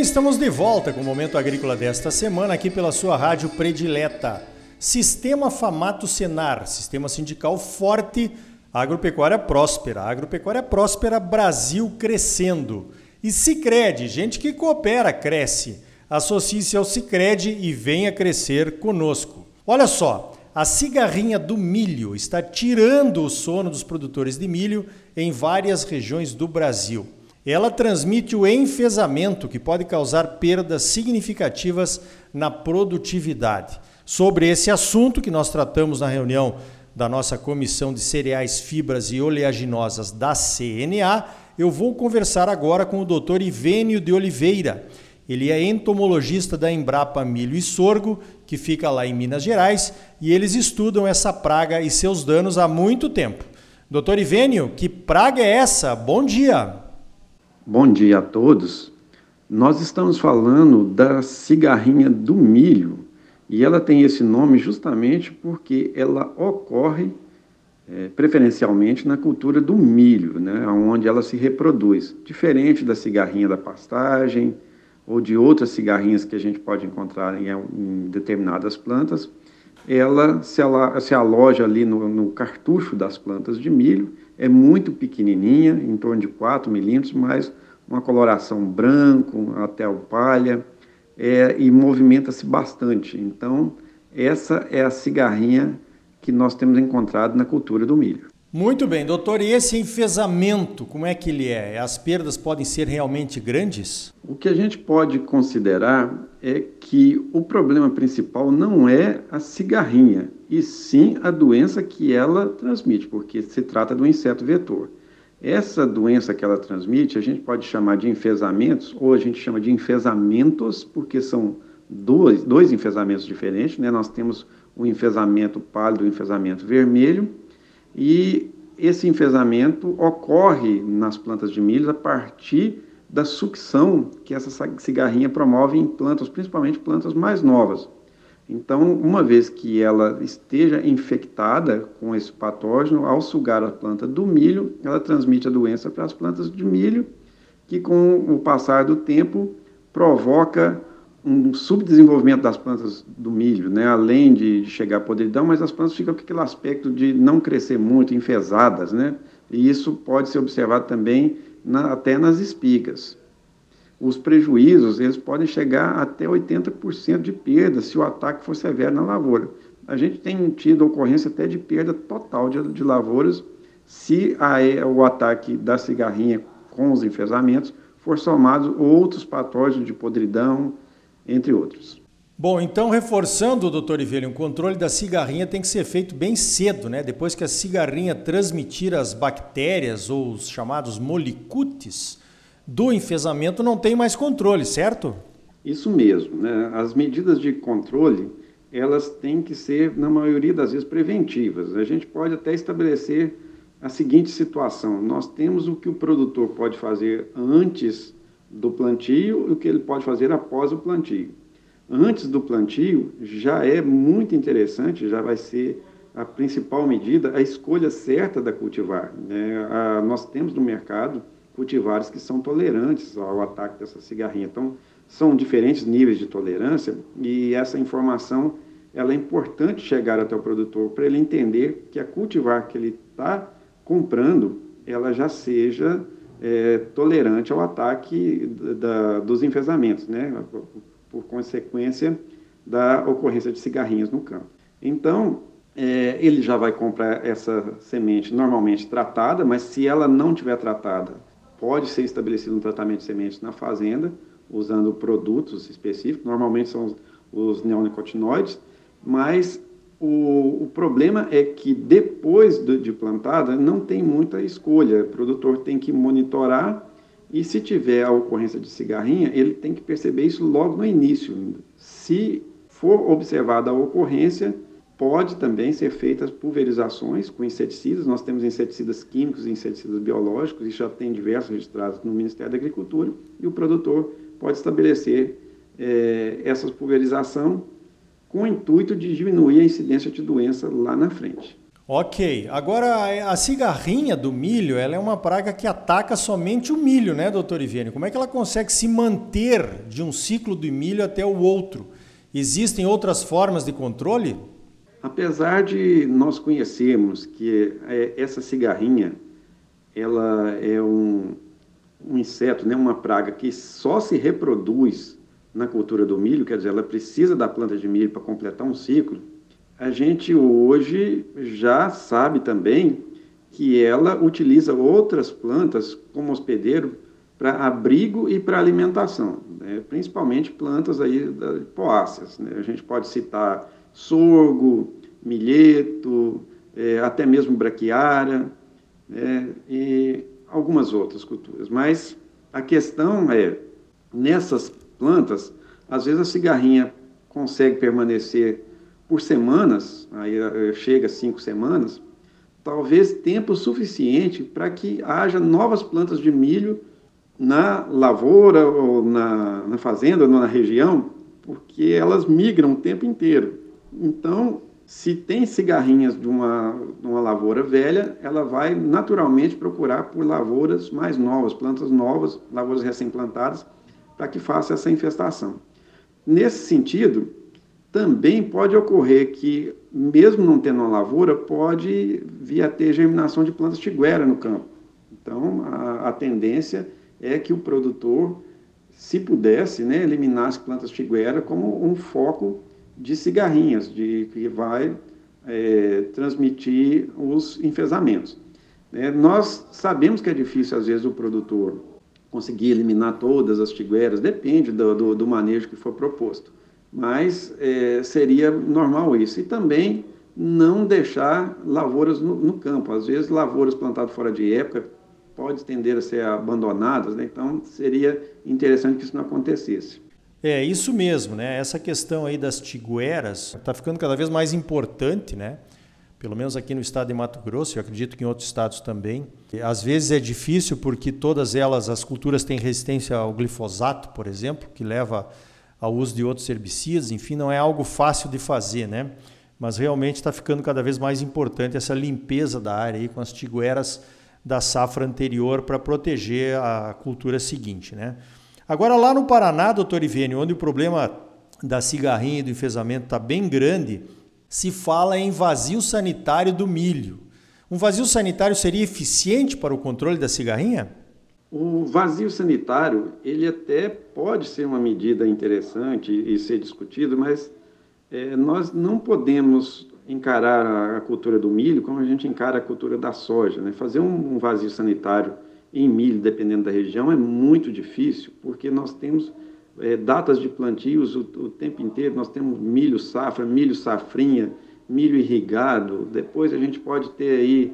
estamos de volta com o Momento Agrícola desta semana aqui pela sua rádio predileta. Sistema Famato Senar, sistema sindical forte, agropecuária próspera, Brasil crescendo. E Sicredi, gente que coopera, cresce. Associe-se ao Sicredi e venha crescer conosco. Olha só, a cigarrinha do milho está tirando o sono dos produtores de milho em várias regiões do Brasil. Ela transmite o enfesamento, que pode causar perdas significativas na produtividade. Sobre esse assunto que nós tratamos na reunião da nossa Comissão de Cereais, Fibras e Oleaginosas da CNA, eu vou conversar agora com o Dr. Ivênio de Oliveira. Ele é entomologista da Embrapa Milho e Sorgo, que fica lá em Minas Gerais, e eles estudam essa praga e seus danos há muito tempo. Dr. Ivênio, que praga é essa? Bom dia! Bom dia a todos. Nós estamos falando da cigarrinha do milho e ela tem esse nome justamente porque ela ocorre preferencialmente na cultura do milho, né, onde ela se reproduz, diferente da cigarrinha da pastagem ou de outras cigarrinhas que a gente pode encontrar em determinadas plantas. Ela se aloja ali no cartucho das plantas de milho, é muito pequenininha, em torno de 4 milímetros, mas uma coloração branco até o palha, e movimenta-se bastante. Então, essa é a cigarrinha que nós temos encontrado na cultura do milho. Muito bem, doutor, e esse enfesamento, como é que ele é? As perdas podem ser realmente grandes? O que a gente pode considerar é que o problema principal não é a cigarrinha, e sim a doença que ela transmite, porque se trata do inseto vetor. Essa doença que ela transmite, a gente pode chamar de enfesamentos, ou a gente chama de enfesamentos, porque são dois enfesamentos diferentes, né? Nós temos o enfesamento pálido e o enfesamento vermelho, e esse enfesamento ocorre nas plantas de milho a partir da sucção que essa cigarrinha promove em plantas, principalmente plantas mais novas. Então, uma vez que ela esteja infectada com esse patógeno, ao sugar a planta do milho, ela transmite a doença para as plantas de milho, que com o passar do tempo provoca um subdesenvolvimento das plantas do milho, né? Além de chegar à podridão, mas as plantas ficam com aquele aspecto de não crescer muito, enfesadas, né? E isso pode ser observado também até nas espigas. Os prejuízos, eles podem chegar até 80% de perda se o ataque for severo na lavoura. A gente tem tido ocorrência até de perda total de lavouras se o ataque da cigarrinha com os enfesamentos for somado outros patógenos de podridão, entre outros. Bom, então reforçando, doutor Ivênio, o controle da cigarrinha tem que ser feito bem cedo, né? Depois que a cigarrinha transmitir as bactérias ou os chamados molicutes do enfesamento, não tem mais controle, certo? Isso mesmo, né? As medidas de controle, elas têm que ser, na maioria das vezes, preventivas. A gente pode até estabelecer a seguinte situação: nós temos o que o produtor pode fazer antes do plantio e o que ele pode fazer após o plantio. Antes do plantio, já é muito interessante, já vai ser a principal medida, a escolha certa da cultivar, né? Nós temos no mercado cultivares que são tolerantes ao ataque dessa cigarrinha. Então, são diferentes níveis de tolerância e essa informação ela é importante chegar até o produtor para ele entender que a cultivar que ele está comprando, ela já seja tolerante ao ataque dos enfesamentos, né? Por consequência da ocorrência de cigarrinhas no campo. Então, ele já vai comprar essa semente normalmente tratada, mas se ela não tiver tratada, pode ser estabelecido um tratamento de sementes na fazenda, usando produtos específicos, normalmente são os neonicotinoides, mas o problema é que depois de plantada não tem muita escolha, o produtor tem que monitorar e se tiver a ocorrência de cigarrinha, ele tem que perceber isso logo no início. Se for observada a ocorrência, pode também ser feitas pulverizações com inseticidas. Nós temos inseticidas químicos e inseticidas biológicos, e já tem diversos registrados no Ministério da Agricultura, e o produtor pode estabelecer essa pulverização com o intuito de diminuir a incidência de doença lá na frente. Ok, agora a cigarrinha do milho, ela é uma praga que ataca somente o milho, né, doutor Ivênio? Como é que ela consegue se manter de um ciclo do milho até o outro? Existem outras formas de controle? Apesar de nós conhecermos que essa cigarrinha, ela é um inseto, né, uma praga que só se reproduz na cultura do milho, quer dizer, ela precisa da planta de milho para completar um ciclo, a gente hoje já sabe também que ela utiliza outras plantas como hospedeiro para abrigo e para alimentação, né? Principalmente plantas aí poáceas, né? A gente pode citar sorgo, milheto, até mesmo braquiária, né? E algumas outras culturas. Mas a questão é, nessas plantas, às vezes a cigarrinha consegue permanecer por semanas, aí chega a 5 semanas, talvez tempo suficiente para que haja novas plantas de milho na lavoura, ou na fazenda, ou na região, porque elas migram o tempo inteiro. Então, se tem cigarrinhas de uma lavoura velha, ela vai naturalmente procurar por lavouras mais novas, plantas novas, lavouras recém-plantadas, para que faça essa infestação. Nesse sentido, também pode ocorrer que, mesmo não tendo uma lavoura, pode vir a ter germinação de plantas tiguera no campo. Então, a tendência é que o produtor, se pudesse, né, eliminar as plantas tiguera como um foco de cigarrinhas, que vai transmitir os enfesamentos. Nós sabemos que é difícil, às vezes, o produtor conseguir eliminar todas as tigueras, depende do manejo que for proposto. Mas seria normal isso. E também não deixar lavouras no campo. Às vezes, lavouras plantadas fora de época podem tender a ser abandonadas, né? Então, seria interessante que isso não acontecesse. É isso mesmo, né? Essa questão aí das tigueras está ficando cada vez mais importante, né? Pelo menos aqui no estado de Mato Grosso, eu acredito que em outros estados também. Às vezes é difícil porque todas elas, as culturas têm resistência ao glifosato, por exemplo, que leva ao uso de outros herbicidas, enfim, não é algo fácil de fazer, né? Mas realmente está ficando cada vez mais importante essa limpeza da área aí com as tigueras da safra anterior para proteger a cultura seguinte, né? Agora lá no Paraná, doutor Ivênio, onde o problema da cigarrinha e do enfesamento está bem grande, se fala em vazio sanitário do milho. Um vazio sanitário seria eficiente para o controle da cigarrinha? O vazio sanitário, ele até pode ser uma medida interessante e ser discutido, mas nós não podemos encarar a cultura do milho como a gente encara a cultura da soja, né? Fazer um vazio sanitário em milho, dependendo da região, é muito difícil, porque nós temos datas de plantios o tempo inteiro, nós temos milho safra, milho safrinha, milho irrigado, depois a gente pode ter aí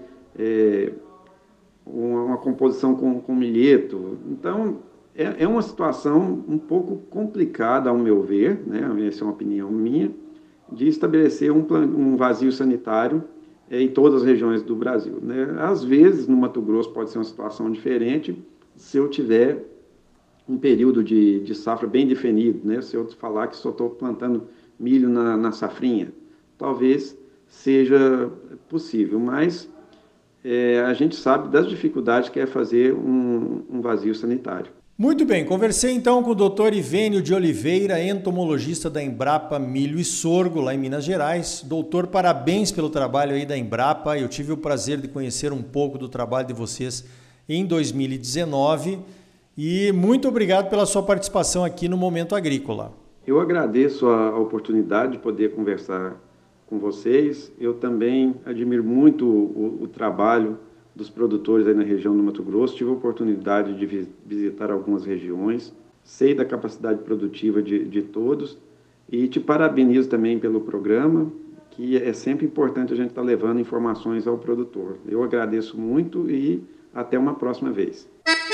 uma composição com milheto. Então, é uma situação um pouco complicada, ao meu ver, né? Essa é uma opinião minha, de estabelecer um vazio sanitário em todas as regiões do Brasil, né? Às vezes, no Mato Grosso pode ser uma situação diferente se eu tiver um período de safra bem definido, né? Se eu falar que só estou plantando milho na safrinha, talvez seja possível, mas a gente sabe das dificuldades que é fazer um vazio sanitário. Muito bem, conversei então com o Dr. Ivênio de Oliveira, entomologista da Embrapa Milho e Sorgo, lá em Minas Gerais. Doutor, parabéns pelo trabalho aí da Embrapa. Eu tive o prazer de conhecer um pouco do trabalho de vocês em 2019 e muito obrigado pela sua participação aqui no Momento Agrícola. Eu agradeço a oportunidade de poder conversar com vocês. Eu também admiro muito o trabalho dos produtores aí na região do Mato Grosso. Tive a oportunidade de visitar algumas regiões, sei da capacidade produtiva de todos e te parabenizo também pelo programa, que é sempre importante a gente estar levando informações ao produtor. Eu agradeço muito e até uma próxima vez.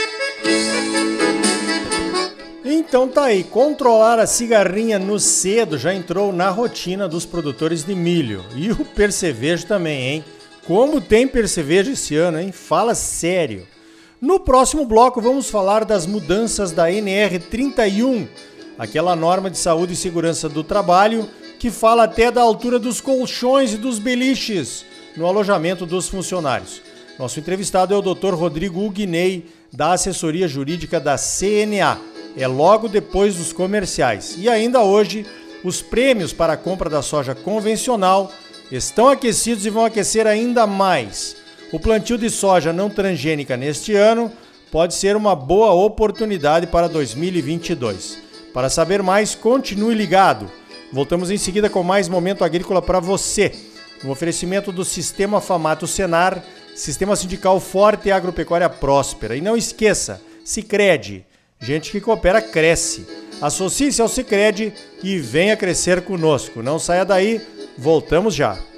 Então tá aí, controlar a cigarrinha no cedo já entrou na rotina dos produtores de milho. E o percevejo também, hein? Como tem percevejo esse ano, hein? Fala sério. No próximo bloco vamos falar das mudanças da NR31, aquela norma de saúde e segurança do trabalho que fala até da altura dos colchões e dos beliches. no alojamento dos funcionários. Nosso entrevistado é o Dr. Rodrigo Ugnei, da assessoria jurídica da CNA. É logo depois dos comerciais. E ainda hoje, os prêmios para a compra da soja convencional estão aquecidos e vão aquecer ainda mais. O plantio de soja não transgênica neste ano pode ser uma boa oportunidade para 2022. Para saber mais, continue ligado. Voltamos em seguida com mais Momento Agrícola para você. No oferecimento do Sistema Famato Senar, Sistema Sindical Forte e Agropecuária Próspera. E não esqueça, Sicredi, gente que coopera cresce. Associe-se ao Sicredi e venha crescer conosco. Não saia daí, voltamos já.